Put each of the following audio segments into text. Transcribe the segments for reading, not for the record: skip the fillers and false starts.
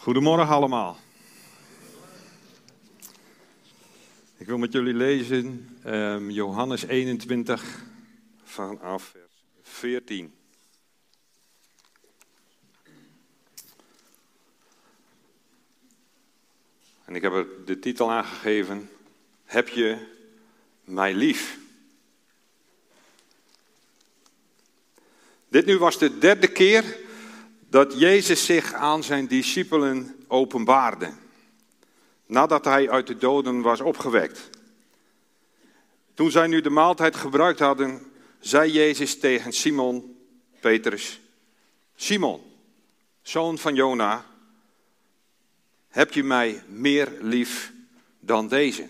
Goedemorgen allemaal. Ik wil met jullie lezen Johannes 21 vanaf vers 14. En ik heb er de titel aangegeven: Heb je mij lief? Dit nu was de derde keer dat Jezus zich aan zijn discipelen openbaarde, nadat hij uit de doden was opgewekt. Toen zij nu de maaltijd gebruikt hadden, zei Jezus tegen Simon Petrus: Simon, zoon van Jona, heb je mij meer lief dan deze?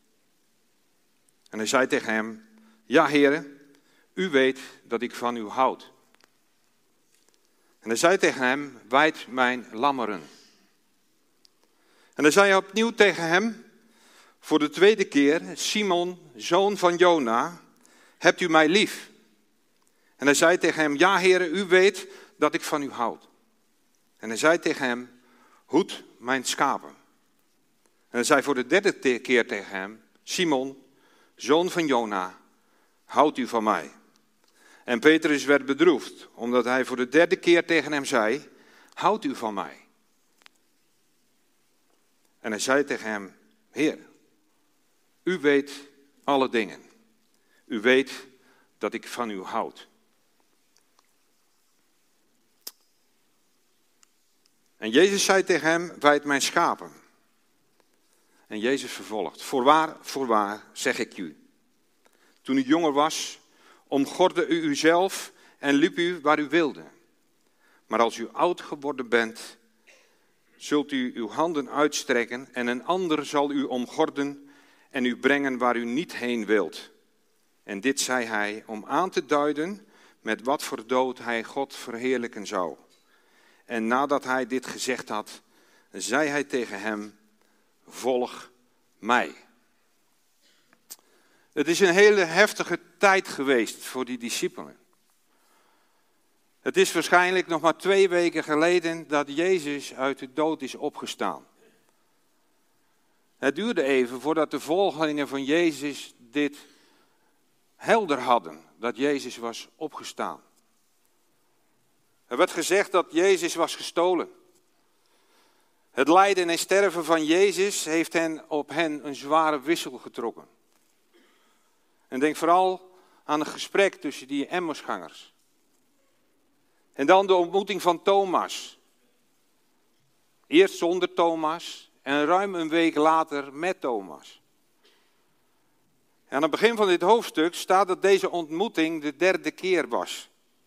En hij zei tegen hem: Ja, Heere, u weet dat ik van u houd. En hij zei tegen hem: Wijd mijn lammeren. En hij zei opnieuw tegen hem, voor de tweede keer: Simon, zoon van Jona, hebt u mij lief? En hij zei tegen hem: Ja, Heere, u weet dat ik van u houd. En hij zei tegen hem: Hoed mijn schapen. En hij zei voor de derde keer tegen hem: Simon, zoon van Jona, houdt u van mij? En Petrus werd bedroefd, omdat hij voor de derde keer tegen hem zei: Houdt u van mij? En hij zei tegen hem: Heer, u weet alle dingen. U weet dat ik van u houd. En Jezus zei tegen hem: Wijd mijn schapen. En Jezus vervolgt: Voorwaar, zeg ik u. Toen u jonger was, omgordde u uzelf en liep u waar u wilde. Maar als u oud geworden bent, zult u uw handen uitstrekken en een ander zal u omgorden en u brengen waar u niet heen wilt. En dit zei hij om aan te duiden met wat voor dood hij God verheerlijken zou. En nadat hij dit gezegd had, zei hij tegen hem: Volg mij. Het is een hele heftige tijd geweest voor die discipelen. Het is waarschijnlijk nog maar 2 weken geleden dat Jezus uit de dood is opgestaan. Het duurde even voordat de volgelingen van Jezus dit helder hadden, dat Jezus was opgestaan. Er werd gezegd dat Jezus was gestolen. Het lijden en sterven van Jezus heeft op hen een zware wissel getrokken. En denk vooral aan een gesprek tussen die Emmausgangers. En dan de ontmoeting van Thomas. Eerst zonder Thomas en ruim een week later met Thomas. En aan het begin van dit hoofdstuk staat dat deze ontmoeting de derde keer was.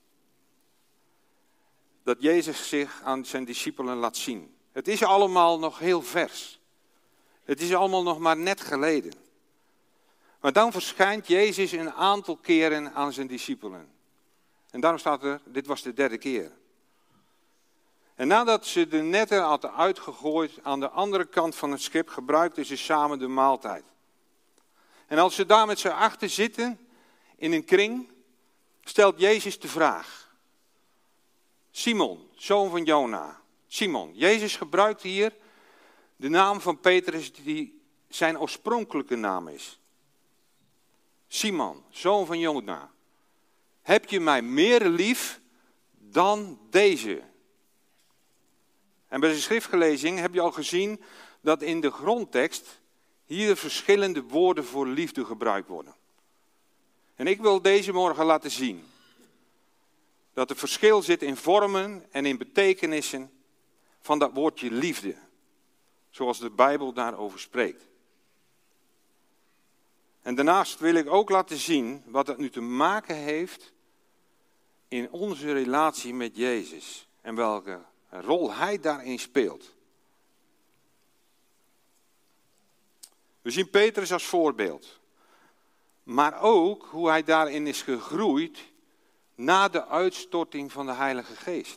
Dat Jezus zich aan zijn discipelen laat zien. Het is allemaal nog heel vers. Het is allemaal nog maar net geleden. Maar dan verschijnt Jezus een aantal keren aan zijn discipelen. En daarom staat er: dit was de derde keer. En nadat ze de netten hadden uitgegooid aan de andere kant van het schip, gebruikten ze samen de maaltijd. En als ze daar met z'n achten zitten in een kring, stelt Jezus de vraag: Simon, zoon van Jona. Simon. Jezus gebruikt hier de naam van Petrus die zijn oorspronkelijke naam is. Simon, zoon van Jona. Heb je mij meer lief dan deze? En bij de schriftlezing heb je al gezien dat in de grondtekst hier verschillende woorden voor liefde gebruikt worden. En ik wil deze morgen laten zien dat er verschil zit in vormen en in betekenissen van dat woordje liefde, zoals de Bijbel daarover spreekt. En daarnaast wil ik ook laten zien wat het nu te maken heeft in onze relatie met Jezus en welke rol Hij daarin speelt. We zien Petrus als voorbeeld, maar ook hoe hij daarin is gegroeid na de uitstorting van de Heilige Geest.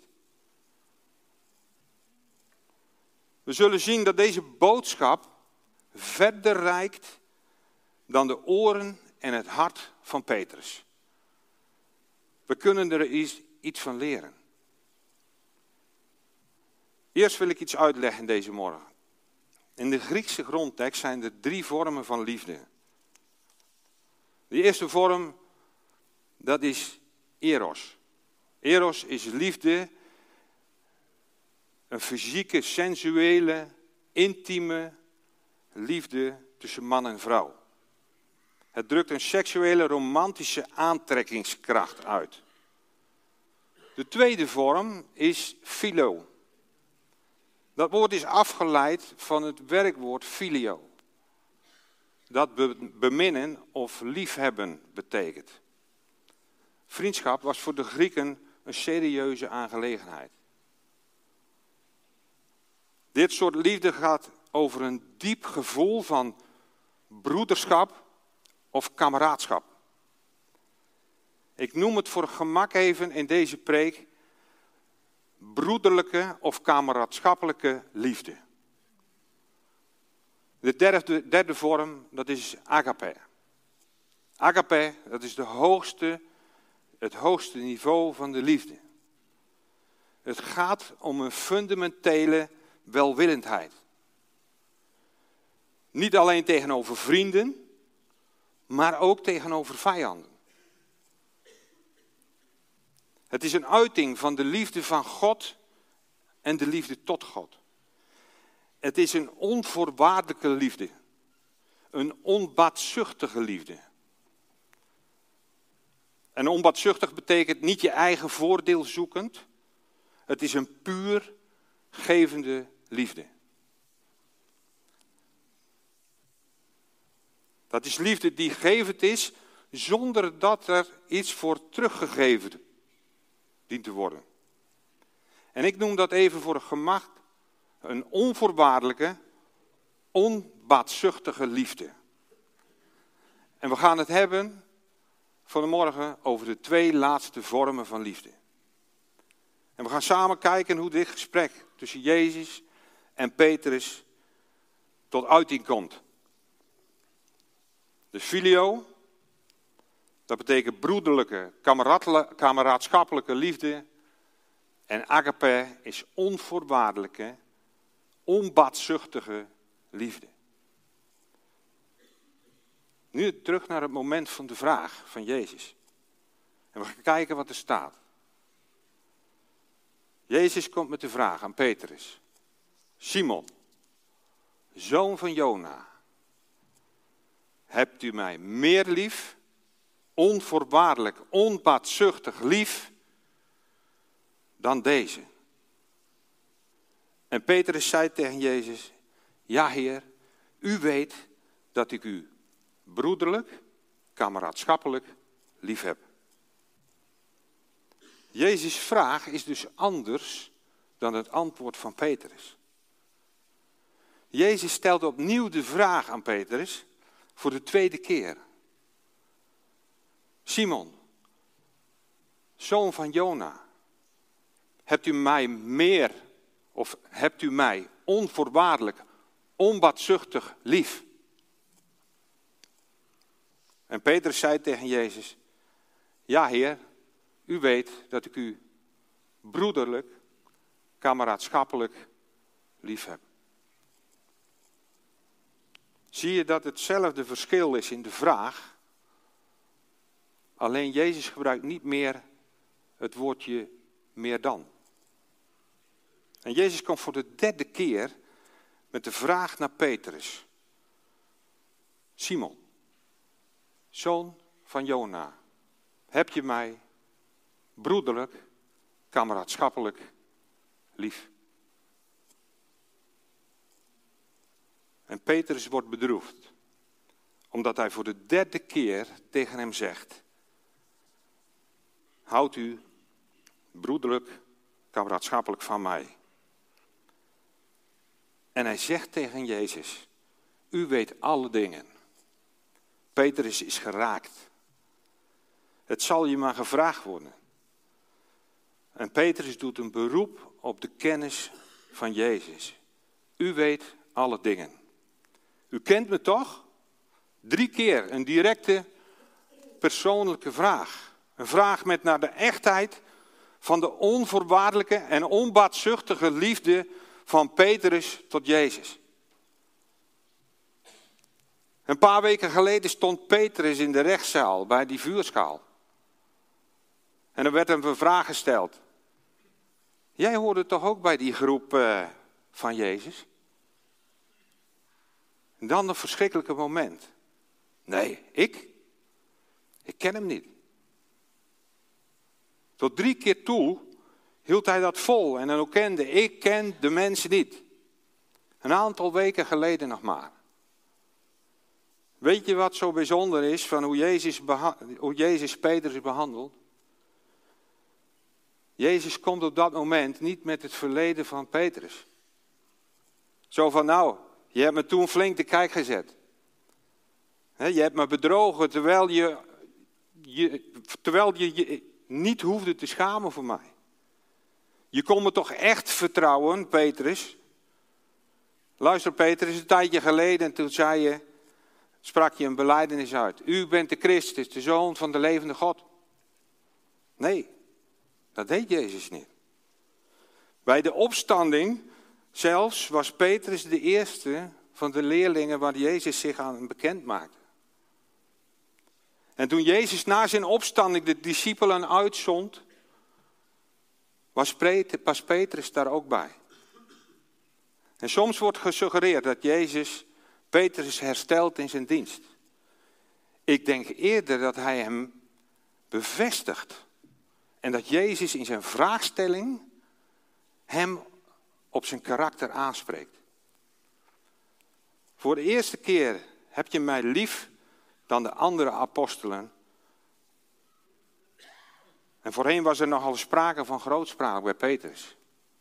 We zullen zien dat deze boodschap verder reikt dan de oren en het hart van Petrus. We kunnen er iets van leren. Eerst wil ik iets uitleggen deze morgen. In de Griekse grondtekst zijn er 3 vormen van liefde. De eerste vorm, dat is eros. Eros is liefde, een fysieke, sensuele, intieme liefde tussen man en vrouw. Het drukt een seksuele, romantische aantrekkingskracht uit. De tweede vorm is philo. Dat woord is afgeleid van het werkwoord filio. Dat beminnen of liefhebben betekent. Vriendschap was voor de Grieken een serieuze aangelegenheid. Dit soort liefde gaat over een diep gevoel van broederschap of kameraadschap. Ik noem het voor gemak even in deze preek broederlijke of kameraadschappelijke liefde. De derde vorm, dat is agape. Agape, dat is het hoogste niveau van de liefde. Het gaat om een fundamentele welwillendheid. Niet alleen tegenover vrienden, maar ook tegenover vijanden. Het is een uiting van de liefde van God en de liefde tot God. Het is een onvoorwaardelijke liefde. Een onbaatzuchtige liefde. En onbaatzuchtig betekent niet je eigen voordeel zoekend. Het is een puur gevende liefde. Dat is liefde die gevend is zonder dat er iets voor teruggegeven dient te worden. En ik noem dat even voor het gemak een onvoorwaardelijke, onbaatzuchtige liefde. En we gaan het hebben vanmorgen over de 2 laatste vormen van liefde. En we gaan samen kijken hoe dit gesprek tussen Jezus en Petrus tot uiting komt. De filio, dat betekent broederlijke, kameraadschappelijke liefde. En agape is onvoorwaardelijke, onbaatzuchtige liefde. Nu terug naar het moment van de vraag van Jezus. En we gaan kijken wat er staat. Jezus komt met de vraag aan Petrus. Simon, zoon van Jona, hebt u mij meer lief, onvoorwaardelijk, onbaatzuchtig lief, dan deze? En Petrus zei tegen Jezus, ja Heer, u weet dat ik u broederlijk, kameraadschappelijk lief heb. Jezus' vraag is dus anders dan het antwoord van Petrus. Jezus stelt opnieuw de vraag aan Petrus voor de 2e keer. Simon, zoon van Jona, hebt u mij meer of hebt u mij onvoorwaardelijk, onbaatzuchtig lief? En Petrus zei tegen Jezus, ja Heer, u weet dat ik u broederlijk, kameraadschappelijk lief heb. Zie je dat hetzelfde verschil is in de vraag? Alleen Jezus gebruikt niet meer het woordje meer dan. En Jezus komt voor de 3e keer met de vraag naar Petrus. Simon, zoon van Jona, heb je mij broederlijk, kameraadschappelijk lief? En Petrus wordt bedroefd, omdat hij voor de 3e keer tegen hem zegt, houd u broederlijk, kameraadschappelijk van mij. En hij zegt tegen Jezus, u weet alle dingen. Petrus is geraakt. Het zal je maar gevraagd worden. En Petrus doet een beroep op de kennis van Jezus. U weet alle dingen. U kent me toch? 3 keer een directe persoonlijke vraag. Een vraag naar de echtheid van de onvoorwaardelijke en onbaatzuchtige liefde van Petrus tot Jezus. Een paar weken geleden stond Petrus in de rechtszaal bij die vuurschaal. En er werd hem een vraag gesteld. Jij hoorde toch ook bij die groep van Jezus? En dan een verschrikkelijke moment. Nee, ik ken hem niet. Tot 3 keer toe hield hij dat vol en dan ook kende, ik ken de mensen niet. Een aantal weken geleden nog maar. Weet je wat zo bijzonder is van hoe Jezus Petrus behandelt? Jezus komt op dat moment niet met het verleden van Petrus. Zo van nou, je hebt me toen flink de kijk gezet. Je hebt me bedrogen terwijl je niet hoefde te schamen voor mij. Je kon me toch echt vertrouwen, Petrus? Luister Petrus, een tijdje geleden toen sprak je een belijdenis uit. U bent de Christus, de Zoon van de levende God. Nee, dat deed Jezus niet. Bij de opstanding zelfs was Petrus de eerste van de leerlingen waar Jezus zich aan bekend maakte. En toen Jezus na zijn opstanding de discipelen uitzond, was Petrus daar ook bij. En soms wordt gesuggereerd dat Jezus Petrus herstelt in zijn dienst. Ik denk eerder dat hij hem bevestigt. En dat Jezus in zijn vraagstelling hem op zijn karakter aanspreekt. Voor de eerste keer heb je mij lief dan de andere apostelen. En voorheen was er nogal sprake van grootspraak bij Petrus.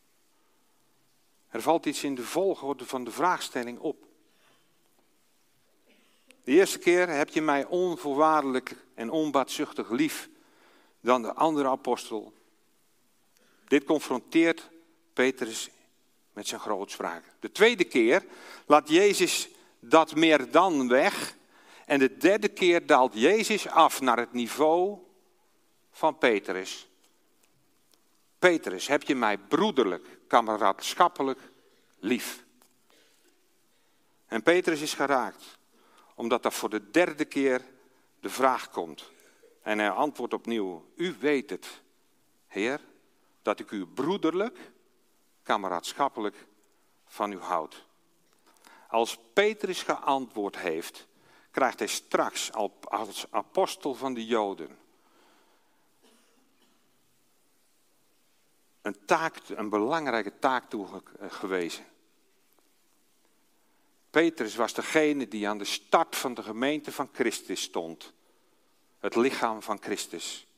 Er valt iets in de volgorde van de vraagstelling op. De eerste keer heb je mij onvoorwaardelijk en onbaatzuchtig lief dan de andere apostel. Dit confronteert Petrus met zijn grootspraak. De tweede keer laat Jezus dat meer dan weg. En de derde keer daalt Jezus af naar het niveau van Petrus. Petrus, heb je mij broederlijk, kameraadschappelijk lief? En Petrus is geraakt, omdat er voor de derde keer de vraag komt. En hij antwoordt opnieuw, u weet het, Heer, dat ik u broederlijk, kameraadschappelijk van u houd. Als Petrus geantwoord heeft, krijgt hij straks als apostel van de Joden een belangrijke taak toegewezen. Petrus was degene die aan de start van de gemeente van Christus stond. Het lichaam van Christus.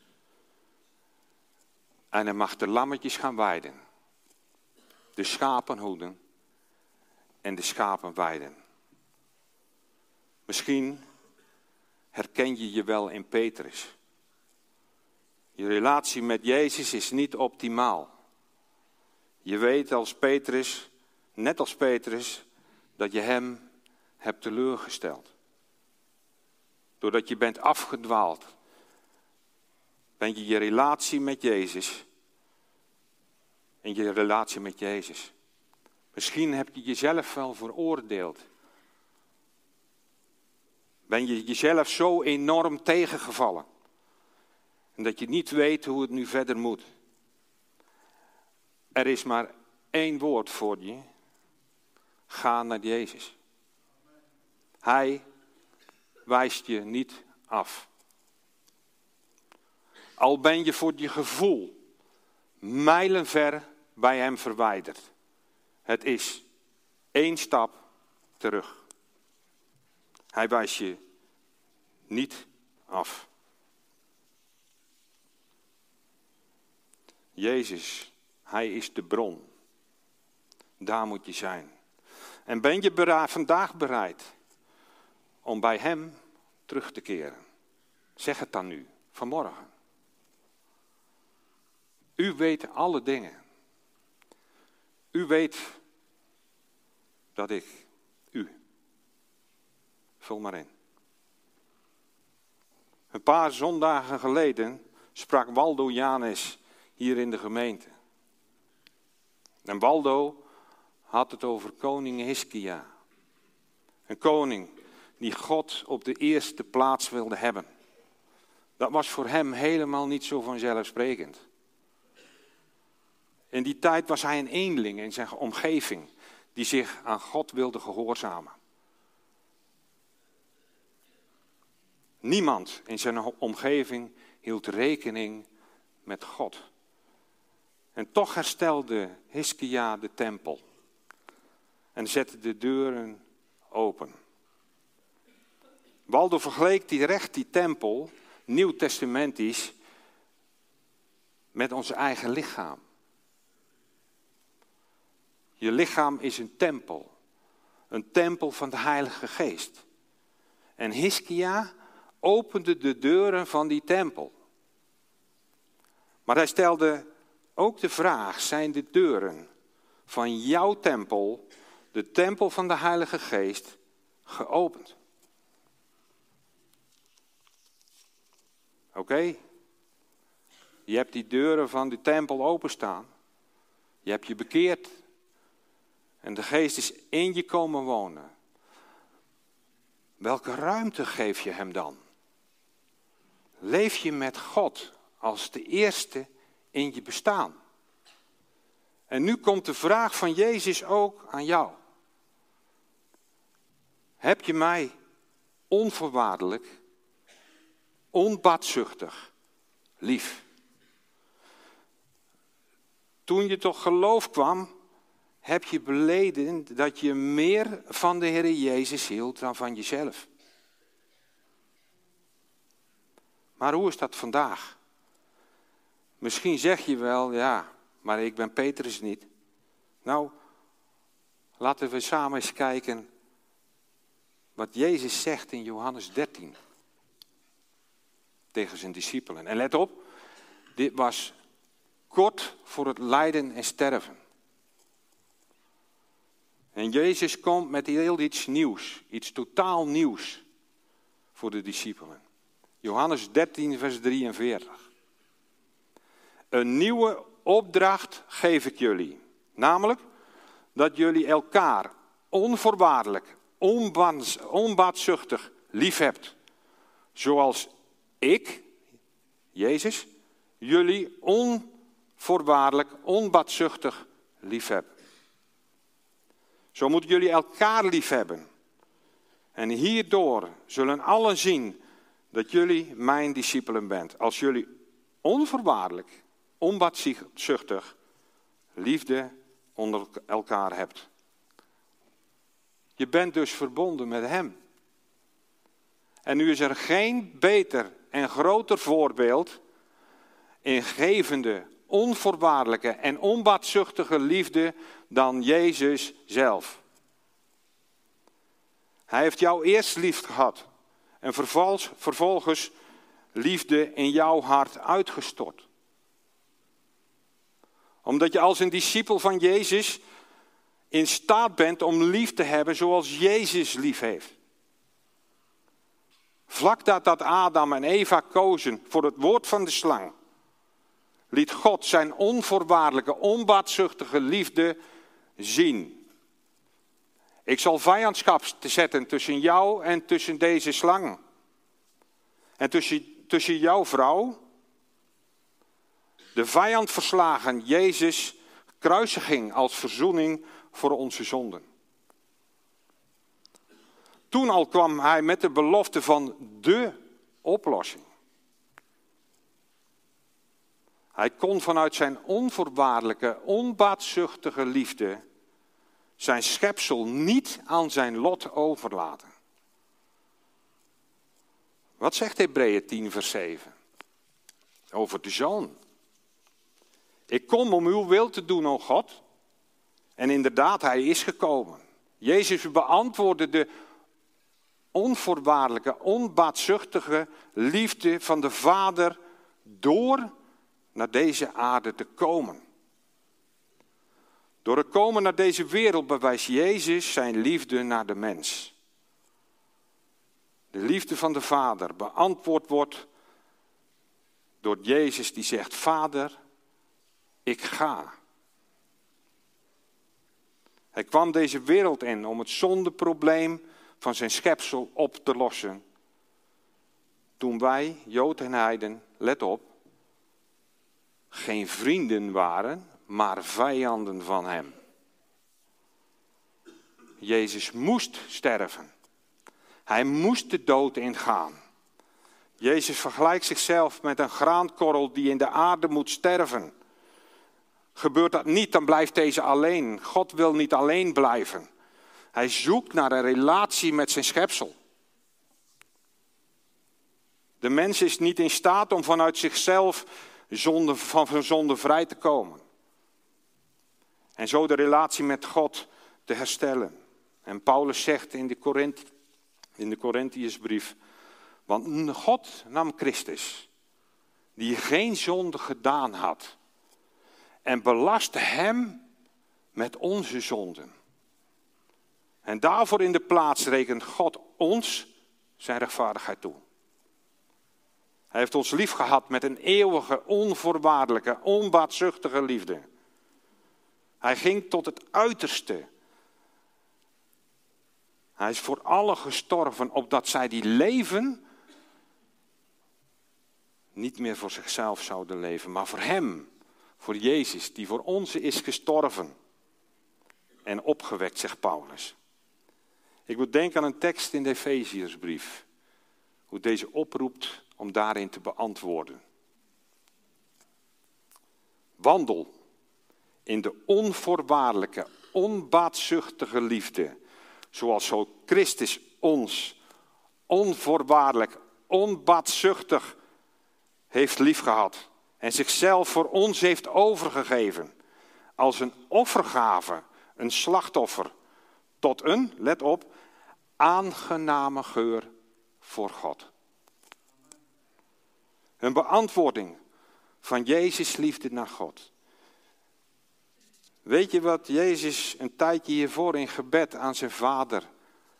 En hij mag de lammetjes gaan weiden. De schapen hoeden. En de schapen weiden. Misschien herken je je wel in Petrus. Je relatie met Jezus is niet optimaal. Je weet als Petrus, net als Petrus, dat je hem hebt teleurgesteld. Doordat je bent afgedwaald, ben je relatie met Jezus en je relatie met Jezus. Misschien heb je jezelf wel veroordeeld. Ben je jezelf zo enorm tegengevallen. En dat je niet weet hoe het nu verder moet. Er is maar 1 woord voor je. Ga naar Jezus. Hij wijst je niet af. Al ben je voor je gevoel mijlenver bij hem verwijderd. Het is 1 stap terug. Hij wijst je niet af. Jezus, hij is de bron. Daar moet je zijn. En ben je vandaag bereid om bij hem terug te keren? Zeg het dan nu, vanmorgen. U weet alle dingen. U weet dat ik u. Vul maar in. Een paar zondagen geleden sprak Waldo Janus hier in de gemeente. En Waldo had het over koning Hiskia. Een koning die God op de eerste plaats wilde hebben. Dat was voor hem helemaal niet zo vanzelfsprekend. In die tijd was hij een eenling in zijn omgeving die zich aan God wilde gehoorzamen. Niemand in zijn omgeving hield rekening met God. En toch herstelde Hiskia de tempel en zette de deuren open. Waldo vergeleek die tempel, nieuwtestamentisch, met ons eigen lichaam. Je lichaam is een tempel van de Heilige Geest. En Hiskia opende de deuren van die tempel. Maar hij stelde ook de vraag, zijn de deuren van jouw tempel, de tempel van de Heilige Geest, geopend? Oké, je hebt die deuren van de tempel openstaan. Je hebt je bekeerd. En de Geest is in je komen wonen. Welke ruimte geef je hem dan? Leef je met God als de eerste in je bestaan? En nu komt de vraag van Jezus ook aan jou. Heb je mij onvoorwaardelijk, onbaatzuchtig lief? Toen je tot geloof kwam, heb je beleden dat je meer van de Heer Jezus hield dan van jezelf. Maar hoe is dat vandaag? Misschien zeg je wel, ja, maar ik ben Petrus niet. Nou, laten we samen eens kijken wat Jezus zegt in Johannes 13. Tegen zijn discipelen. En let op, dit was kort voor het lijden en sterven. En Jezus komt met heel iets nieuws, iets totaal nieuws voor de discipelen. Johannes 13, vers 43. Een nieuwe opdracht geef ik jullie. Namelijk dat jullie elkaar onvoorwaardelijk, onbaatzuchtig lief hebt. Zoals ik, Jezus, jullie onvoorwaardelijk, onbaatzuchtig lief heb. Zo moeten jullie elkaar lief hebben. En hierdoor zullen allen zien dat jullie mijn discipelen bent. Als jullie onvoorwaardelijk, onbaatzuchtig liefde onder elkaar hebt. Je bent dus verbonden met hem. En nu is er geen beter en groter voorbeeld in gevende, onvoorwaardelijke en onbaatzuchtige liefde dan Jezus zelf. Hij heeft jou eerst lief gehad en vervolgens liefde in jouw hart uitgestort. Omdat je als een discipel van Jezus in staat bent om lief te hebben zoals Jezus lief heeft. Vlak dat Adam en Eva kozen voor het woord van de slang, liet God zijn onvoorwaardelijke, onbaatzuchtige liefde zien. Ik zal vijandschap zetten tussen jou en tussen deze slang. En tussen jouw vrouw. De vijand verslagen, Jezus kruisiging als verzoening voor onze zonden. Toen al kwam hij met de belofte van de oplossing. Hij kon vanuit zijn onvoorwaardelijke, onbaatzuchtige liefde zijn schepsel niet aan zijn lot overlaten. Wat zegt Hebreeën 10 vers 7? Over de Zoon. Ik kom om uw wil te doen, o God. En inderdaad, hij is gekomen. Jezus beantwoordde de onvoorwaardelijke, onbaatzuchtige liefde van de Vader door naar deze aarde te komen. Door het komen naar deze wereld bewijst Jezus zijn liefde naar de mens. De liefde van de Vader beantwoord wordt door Jezus die zegt, Vader, ik ga. Hij kwam deze wereld in om het zondeprobleem van zijn schepsel op te lossen. Toen wij, Jood en Heiden, let op, geen vrienden waren, maar vijanden van hem. Jezus moest sterven. Hij moest de dood ingaan. Jezus vergelijkt zichzelf met een graankorrel die in de aarde moet sterven. Gebeurt dat niet, dan blijft deze alleen. God wil niet alleen blijven. Hij zoekt naar een relatie met zijn schepsel. De mens is niet in staat om vanuit zichzelf van zijn zonde vrij te komen. En zo de relatie met God te herstellen. En Paulus zegt in de Korintiërsbrief, want God nam Christus, die geen zonde gedaan had, en belastte hem met onze zonden. En daarvoor in de plaats rekent God ons zijn rechtvaardigheid toe. Hij heeft ons lief gehad met een eeuwige, onvoorwaardelijke, onbaatzuchtige liefde. Hij ging tot het uiterste. Hij is voor allen gestorven, opdat zij die leven niet meer voor zichzelf zouden leven, maar voor hem, voor Jezus, die voor ons is gestorven en opgewekt, zegt Paulus. Ik moet denken aan een tekst in de Efeziersbrief, hoe deze oproept om daarin te beantwoorden. Wandel in de onvoorwaardelijke, onbaatzuchtige liefde, zoals zo Christus ons onvoorwaardelijk, onbaatzuchtig heeft liefgehad en zichzelf voor ons heeft overgegeven als een offergave, een slachtoffer, tot een, let op, aangename geur voor God. Een beantwoording van Jezus' liefde naar God. Weet je wat Jezus een tijdje hiervoor in gebed aan zijn Vader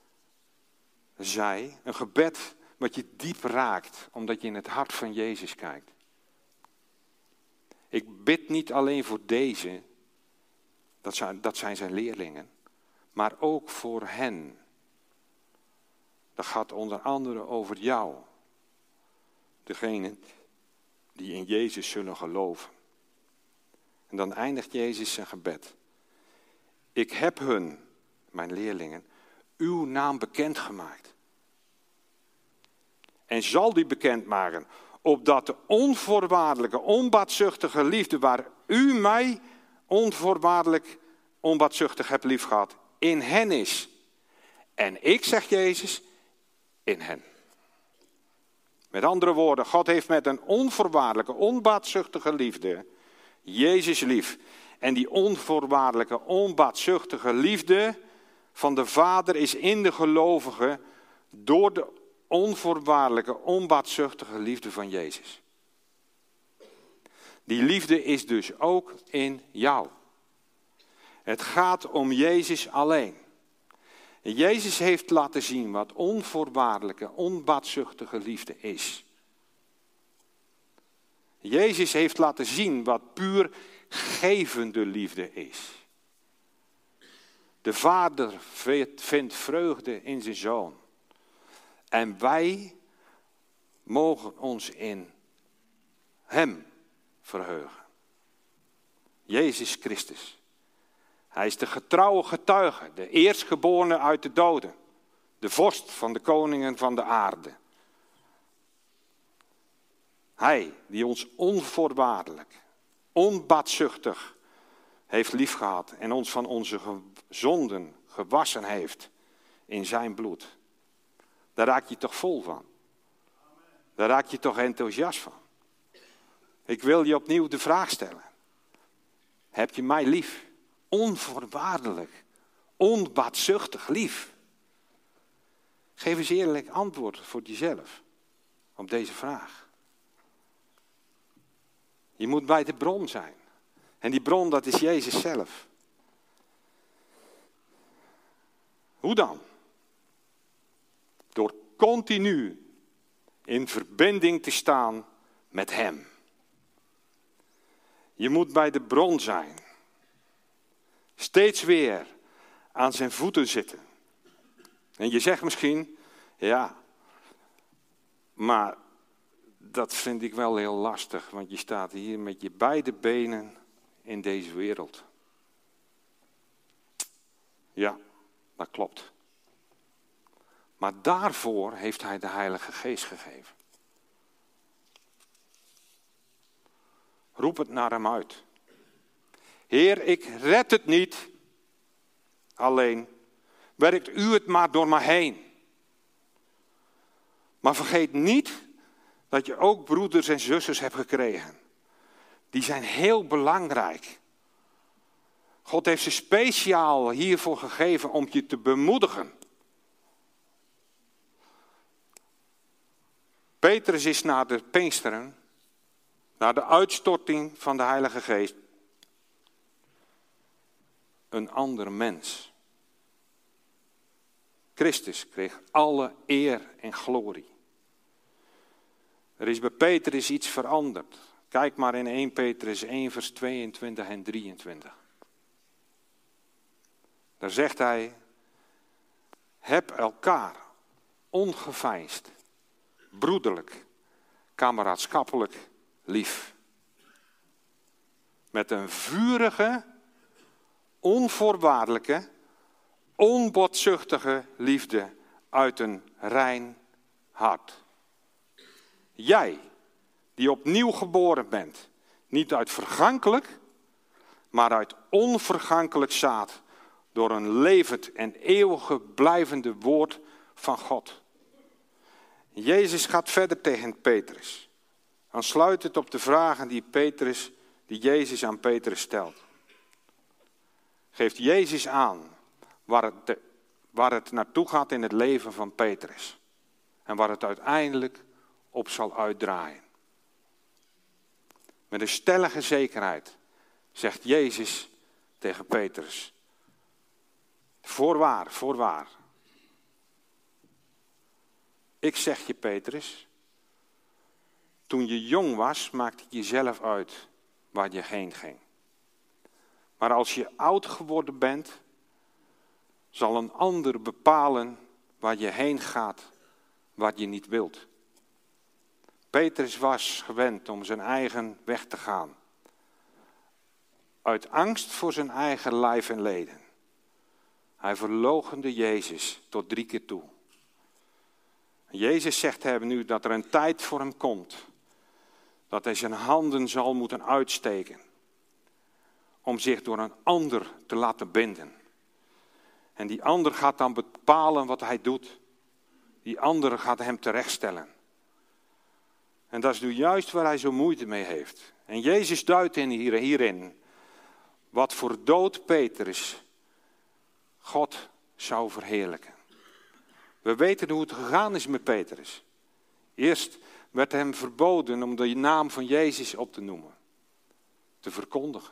zei? Een gebed wat je diep raakt, omdat je in het hart van Jezus kijkt. Ik bid niet alleen voor deze, dat zijn zijn leerlingen, maar ook voor hen. Dat gaat onder andere over jou. Degene die in Jezus zullen geloven. En dan eindigt Jezus zijn gebed. Ik heb hun, mijn leerlingen, uw naam bekendgemaakt. En zal die bekendmaken, opdat de onvoorwaardelijke, onbaatzuchtige liefde waar u mij onvoorwaardelijk, onbaatzuchtig hebt liefgehad, in hen is. En ik, zegt Jezus, in hen. Met andere woorden, God heeft met een onvoorwaardelijke, onbaatzuchtige liefde Jezus lief. En die onvoorwaardelijke, onbaatzuchtige liefde van de Vader is in de gelovigen door de onvoorwaardelijke, onbaatzuchtige liefde van Jezus. Die liefde is dus ook in jou. Het gaat om Jezus alleen. En Jezus heeft laten zien wat onvoorwaardelijke, onbaatzuchtige liefde is. Jezus heeft laten zien wat puur gevende liefde is. De Vader vindt vreugde in zijn Zoon. En wij mogen ons in hem verheugen. Jezus Christus. Hij is de getrouwe getuige, de eerstgeborene uit de doden. De vorst van de koningen van de aarde. Hij die ons onvoorwaardelijk, onbaatzuchtig heeft liefgehad en ons van onze zonden gewassen heeft in zijn bloed. Daar raak je toch vol van. Daar raak je toch enthousiast van. Ik wil je opnieuw de vraag stellen. Heb je mij lief? Onvoorwaardelijk, onbaatzuchtig lief. Geef eens eerlijk antwoord voor jezelf op deze vraag. Je moet bij de bron zijn. En die bron, dat is Jezus zelf. Hoe dan? Door continu in verbinding te staan met hem. Je moet bij de bron zijn. Steeds weer aan zijn voeten zitten. En je zegt misschien, ja, maar dat vind ik wel heel lastig, want je staat hier met je beide benen in deze wereld. Ja, dat klopt. Maar daarvoor heeft hij de Heilige Geest gegeven. Roep het naar hem uit. Heer, ik red het niet alleen. Werkt u het maar door me heen. Maar vergeet niet dat je ook broeders en zusters hebt gekregen. Die zijn heel belangrijk. God heeft ze speciaal hiervoor gegeven om je te bemoedigen. Petrus is na de Pinksteren, na de uitstorting van de Heilige Geest, een ander mens. Christus kreeg alle eer en glorie. Er is bij Petrus iets veranderd. Kijk maar in 1 Petrus 1 vers 22 en 23. Daar zegt hij, heb elkaar ongeveinsd, broederlijk, kameraadschappelijk lief. Met een vurige, onvoorwaardelijke, onbotzuchtige liefde uit een rein hart. Jij, die opnieuw geboren bent, niet uit vergankelijk, maar uit onvergankelijk zaad, door een levend en eeuwige blijvende woord van God. Jezus gaat verder tegen Petrus. Aansluitend op de vragen die Jezus aan Petrus stelt. Geeft Jezus aan waar het naartoe gaat in het leven van Petrus. En waar het uiteindelijk op zal uitdraaien. Met een stellige zekerheid zegt Jezus tegen Petrus. Voorwaar, voorwaar. Ik zeg je, Petrus, toen je jong was, maakte je jezelf uit waar je heen ging. Maar als je oud geworden bent, zal een ander bepalen waar je heen gaat, wat je niet wilt. Petrus was gewend om zijn eigen weg te gaan. Uit angst voor zijn eigen lijf en leden. Hij verloochende Jezus tot 3 keer toe. Jezus zegt hem nu dat er een tijd voor hem komt. Dat hij zijn handen zal moeten uitsteken. Om zich door een ander te laten binden. En die ander gaat dan bepalen wat hij doet. Die ander gaat hem terechtstellen. En dat is nu juist waar hij zo moeite mee heeft. En Jezus duidt hierin wat voor dood Petrus God zou verheerlijken. We weten hoe het gegaan is met Petrus. Eerst werd hem verboden om de naam van Jezus op te noemen. Te verkondigen.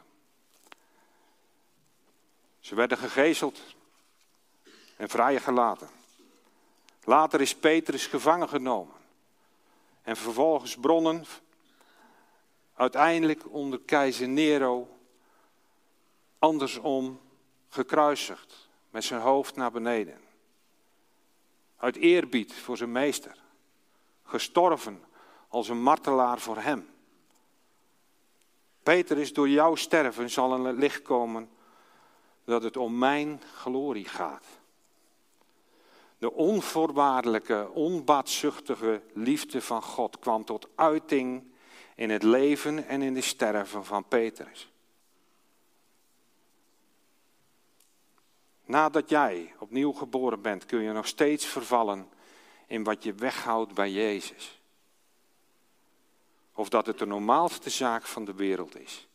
Ze werden gegezeld en vrijgelaten. Later is Petrus gevangen genomen. En vervolgens bronnen, uiteindelijk onder keizer Nero, andersom gekruisigd, met zijn hoofd naar beneden. Uit eerbied voor zijn meester, gestorven als een martelaar voor hem. Petrus, door jouw sterven zal een licht komen dat het om mijn glorie gaat. De onvoorwaardelijke, onbaatzuchtige liefde van God kwam tot uiting in het leven en in de sterven van Petrus. Nadat jij opnieuw geboren bent, kun je nog steeds vervallen in wat je weghoudt bij Jezus. Of dat het de normaalste zaak van de wereld is.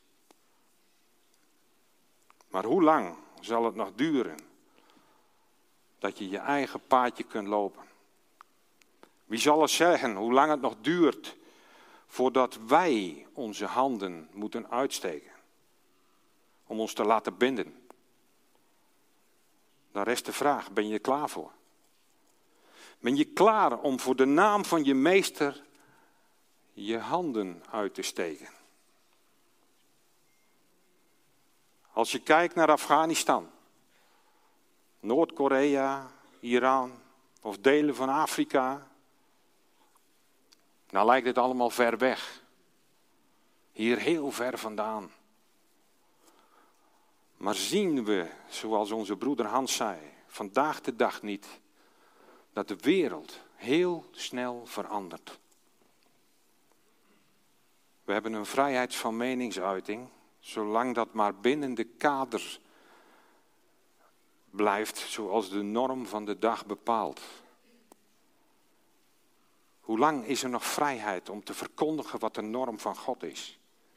Maar hoe lang zal het nog duren dat je je eigen paadje kunt lopen? Wie zal het zeggen hoe lang het nog duurt voordat wij onze handen moeten uitsteken om ons te laten binden? Dan rest de vraag, ben je er klaar voor? Ben je klaar om voor de naam van je meester je handen uit te steken? Als je kijkt naar Afghanistan, Noord-Korea, Iran of delen van Afrika. Nou lijkt het allemaal ver weg. Hier heel ver vandaan. Maar zien we, zoals onze broeder Hans zei, vandaag de dag niet, dat de wereld heel snel verandert. We hebben een vrijheid van meningsuiting, zolang dat maar binnen de kaders blijft zoals de norm van de dag bepaalt. Hoe lang is er nog vrijheid om te verkondigen wat de norm van God is?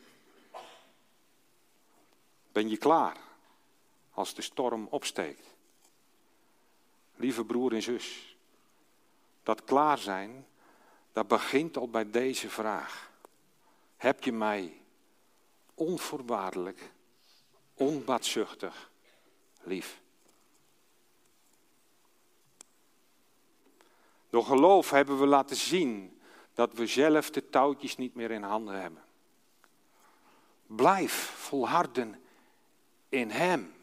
Ben je klaar als de storm opsteekt? Lieve broer en zus, dat klaar zijn, dat begint al bij deze vraag. Heb je mij onvoorwaardelijk, onbaatzuchtig lief? Door geloof hebben we laten zien dat we zelf de touwtjes niet meer in handen hebben. Blijf volharden in Hem.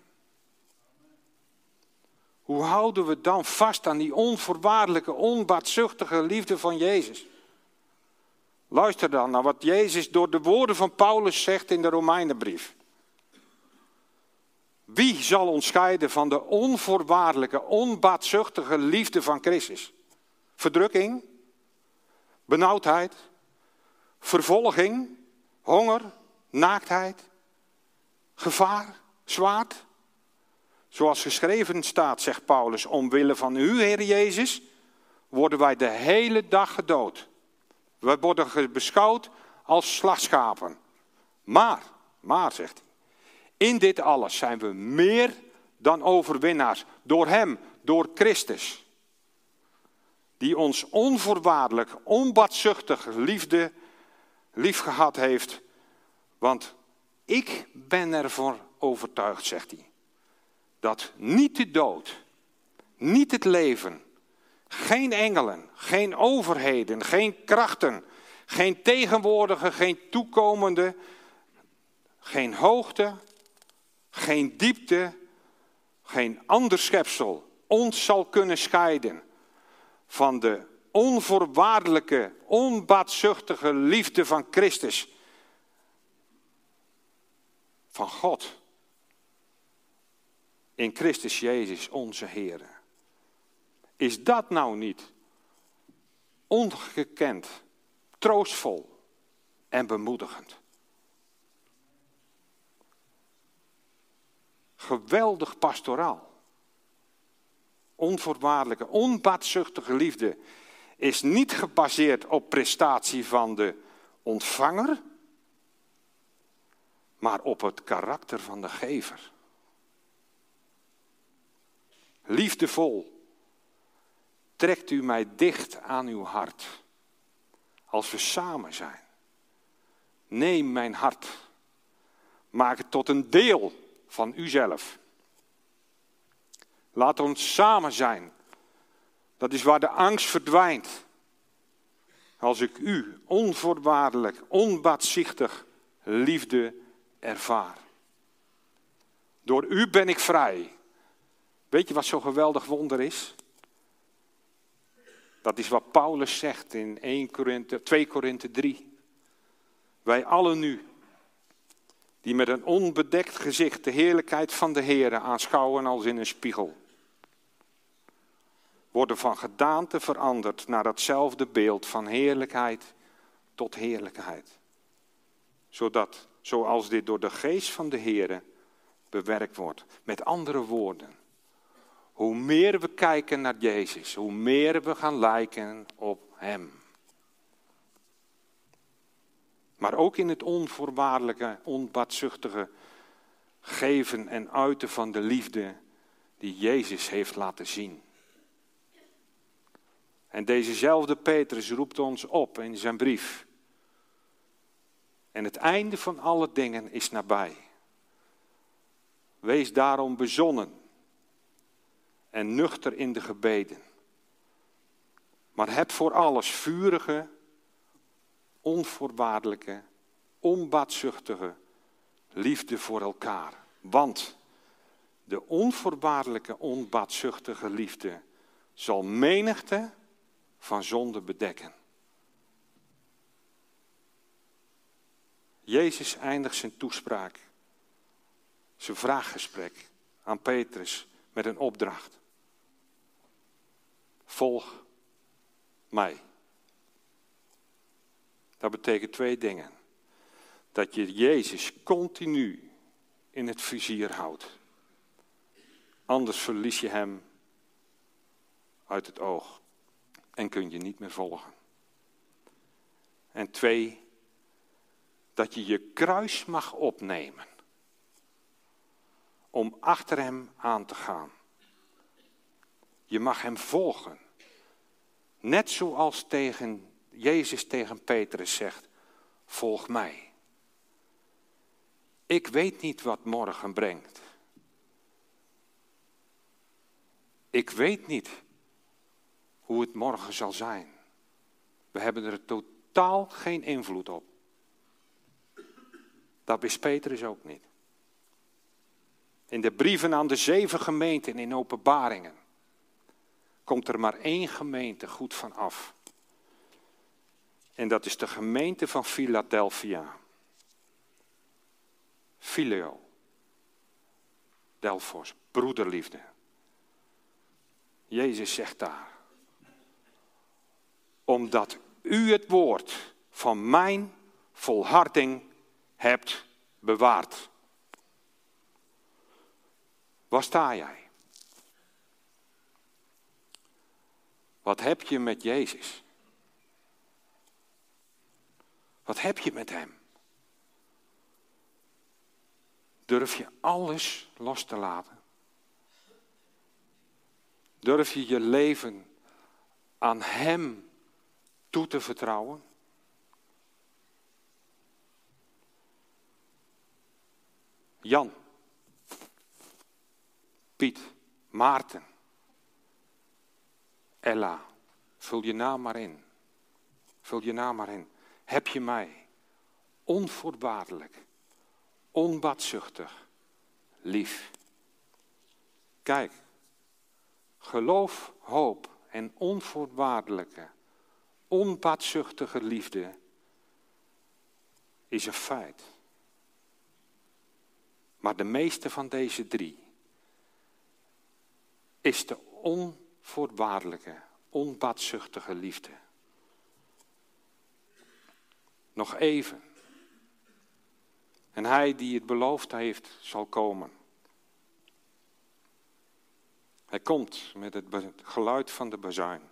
Hoe houden we dan vast aan die onvoorwaardelijke, onbaatzuchtige liefde van Jezus? Luister dan naar wat Jezus door de woorden van Paulus zegt in de Romeinenbrief. Wie zal ons scheiden van de onvoorwaardelijke, onbaatzuchtige liefde van Christus? Verdrukking, benauwdheid, vervolging, honger, naaktheid, gevaar, zwaard. Zoals geschreven staat, zegt Paulus, omwille van u, Heer Jezus, worden wij de hele dag gedood. We worden beschouwd als slachtschapen. Maar, zegt hij, in dit alles zijn we meer dan overwinnaars. Door Hem, door Christus. Die ons onvoorwaardelijk, onbaatzuchtig liefde liefgehad heeft. Want ik ben ervan overtuigd, zegt hij, dat niet de dood, niet het leven, geen engelen, geen overheden, geen krachten, geen tegenwoordige, geen toekomende, geen hoogte, geen diepte, geen ander schepsel ons zal kunnen scheiden van de onvoorwaardelijke, onbaatzuchtige liefde van Christus, van God, in Christus Jezus onze Heer. Is dat nou niet ongekend, troostvol en bemoedigend? Geweldig pastoraal. Onvoorwaardelijke, onbaatzuchtige liefde is niet gebaseerd op prestatie van de ontvanger, maar op het karakter van de gever. Liefdevol trekt u mij dicht aan uw hart, als we samen zijn. Neem mijn hart, maak het tot een deel van uzelf. Laat ons samen zijn. Dat is waar de angst verdwijnt. Als ik u onvoorwaardelijk, onbaatzuchtig liefde ervaar. Door u ben ik vrij. Weet je wat zo'n geweldig wonder is? Dat is wat Paulus zegt in 2 Korinthe 3. Wij allen nu, die met een onbedekt gezicht de heerlijkheid van de Heere aanschouwen als in een spiegel, worden van gedaante veranderd naar datzelfde beeld van heerlijkheid tot heerlijkheid. Zoals dit door de geest van de Heere bewerkt wordt. Met andere woorden, hoe meer we kijken naar Jezus, hoe meer we gaan lijken op Hem. Maar ook in het onvoorwaardelijke, onbaatzuchtige geven en uiten van de liefde die Jezus heeft laten zien. En dezezelfde Petrus roept ons op in zijn brief. En het einde van alle dingen is nabij. Wees daarom bezonnen en nuchter in de gebeden. Maar heb voor alles vurige, onvoorwaardelijke, onbaatzuchtige liefde voor elkaar. Want De onvoorwaardelijke, onbaatzuchtige liefde zal menigte van zonde bedekken. Jezus eindigt zijn toespraak, zijn vraaggesprek aan Petrus met een opdracht. Volg mij. Dat betekent 2 dingen. Dat je Jezus continu in het vizier houdt. Anders verlies je hem uit het oog en kun je niet meer volgen. En 2, dat je je kruis mag opnemen om achter hem aan te gaan. Je mag hem volgen. Net zoals Jezus tegen Petrus zegt, volg mij. Ik weet niet wat morgen brengt. Ik weet niet hoe het morgen zal zijn. We hebben er totaal geen invloed op. Dat wist Petrus ook niet. In de brieven aan de 7 gemeenten in Openbaringen komt er maar 1 gemeente goed van af. En dat is de gemeente van Philadelphia. Phileo. Delphos, broederliefde. Jezus zegt daar. Omdat u het woord van mijn volharding hebt bewaard. Waar sta jij? Wat heb je met Jezus? Wat heb je met hem? Durf je alles los te laten? Durf je je leven aan hem toe te vertrouwen? Jan, Piet, Maarten, Ella, vul je naam maar in. Vul je naam maar in. Heb je mij onvoorwaardelijk, onbaatzuchtig lief? Kijk, geloof, hoop en onvoorwaardelijke, onbaatzuchtige liefde is een feit. Maar de meeste van deze 3 is de onvoorwaardelijke, onbaatzuchtige liefde. Nog even. En hij die het beloofd heeft, zal komen. Hij komt met het geluid van de bazuin.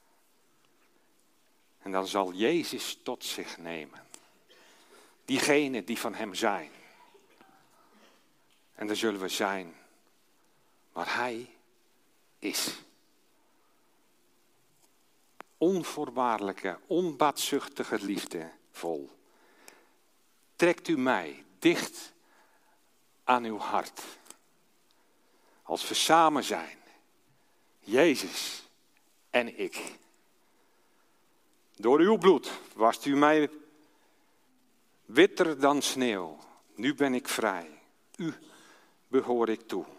En dan zal Jezus tot zich nemen. Diegenen die van hem zijn. En dan zullen we zijn waar hij is. Onvoorwaardelijke, onbaatzuchtige liefde vol. Trekt u mij dicht aan uw hart. Als we samen zijn, Jezus en ik. Door uw bloed wast u mij witter dan sneeuw. Nu ben ik vrij. U behoor ik toe.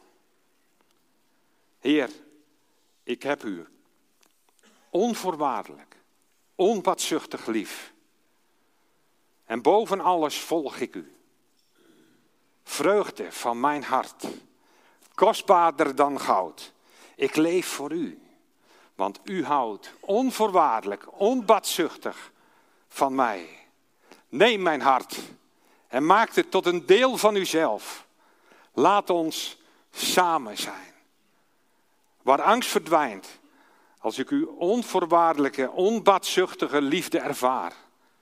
Heer, ik heb u onvoorwaardelijk, onbaatzuchtig lief. En boven alles volg ik u. Vreugde van mijn hart, kostbaarder dan goud. Ik leef voor u, want u houdt onvoorwaardelijk, onbaatzuchtig van mij. Neem mijn hart en maak het tot een deel van uzelf. Laat ons samen zijn. Waar angst verdwijnt, als ik uw onvoorwaardelijke, onbaatzuchtige liefde ervaar.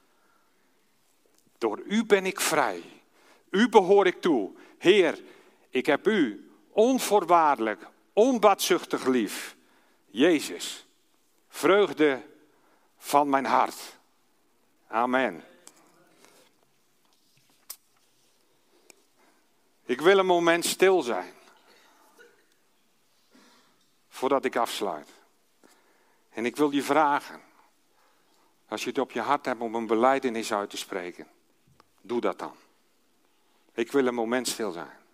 Door u ben ik vrij. U behoor ik toe. Heer, ik heb u onvoorwaardelijk, onbaatzuchtig lief. Jezus, vreugde van mijn hart. Amen. Ik wil een moment stil zijn. Voordat ik afsluit. En ik wil je vragen. Als je het op je hart hebt om een belijdenis uit te spreken. Doe dat dan. Ik wil een moment stil zijn.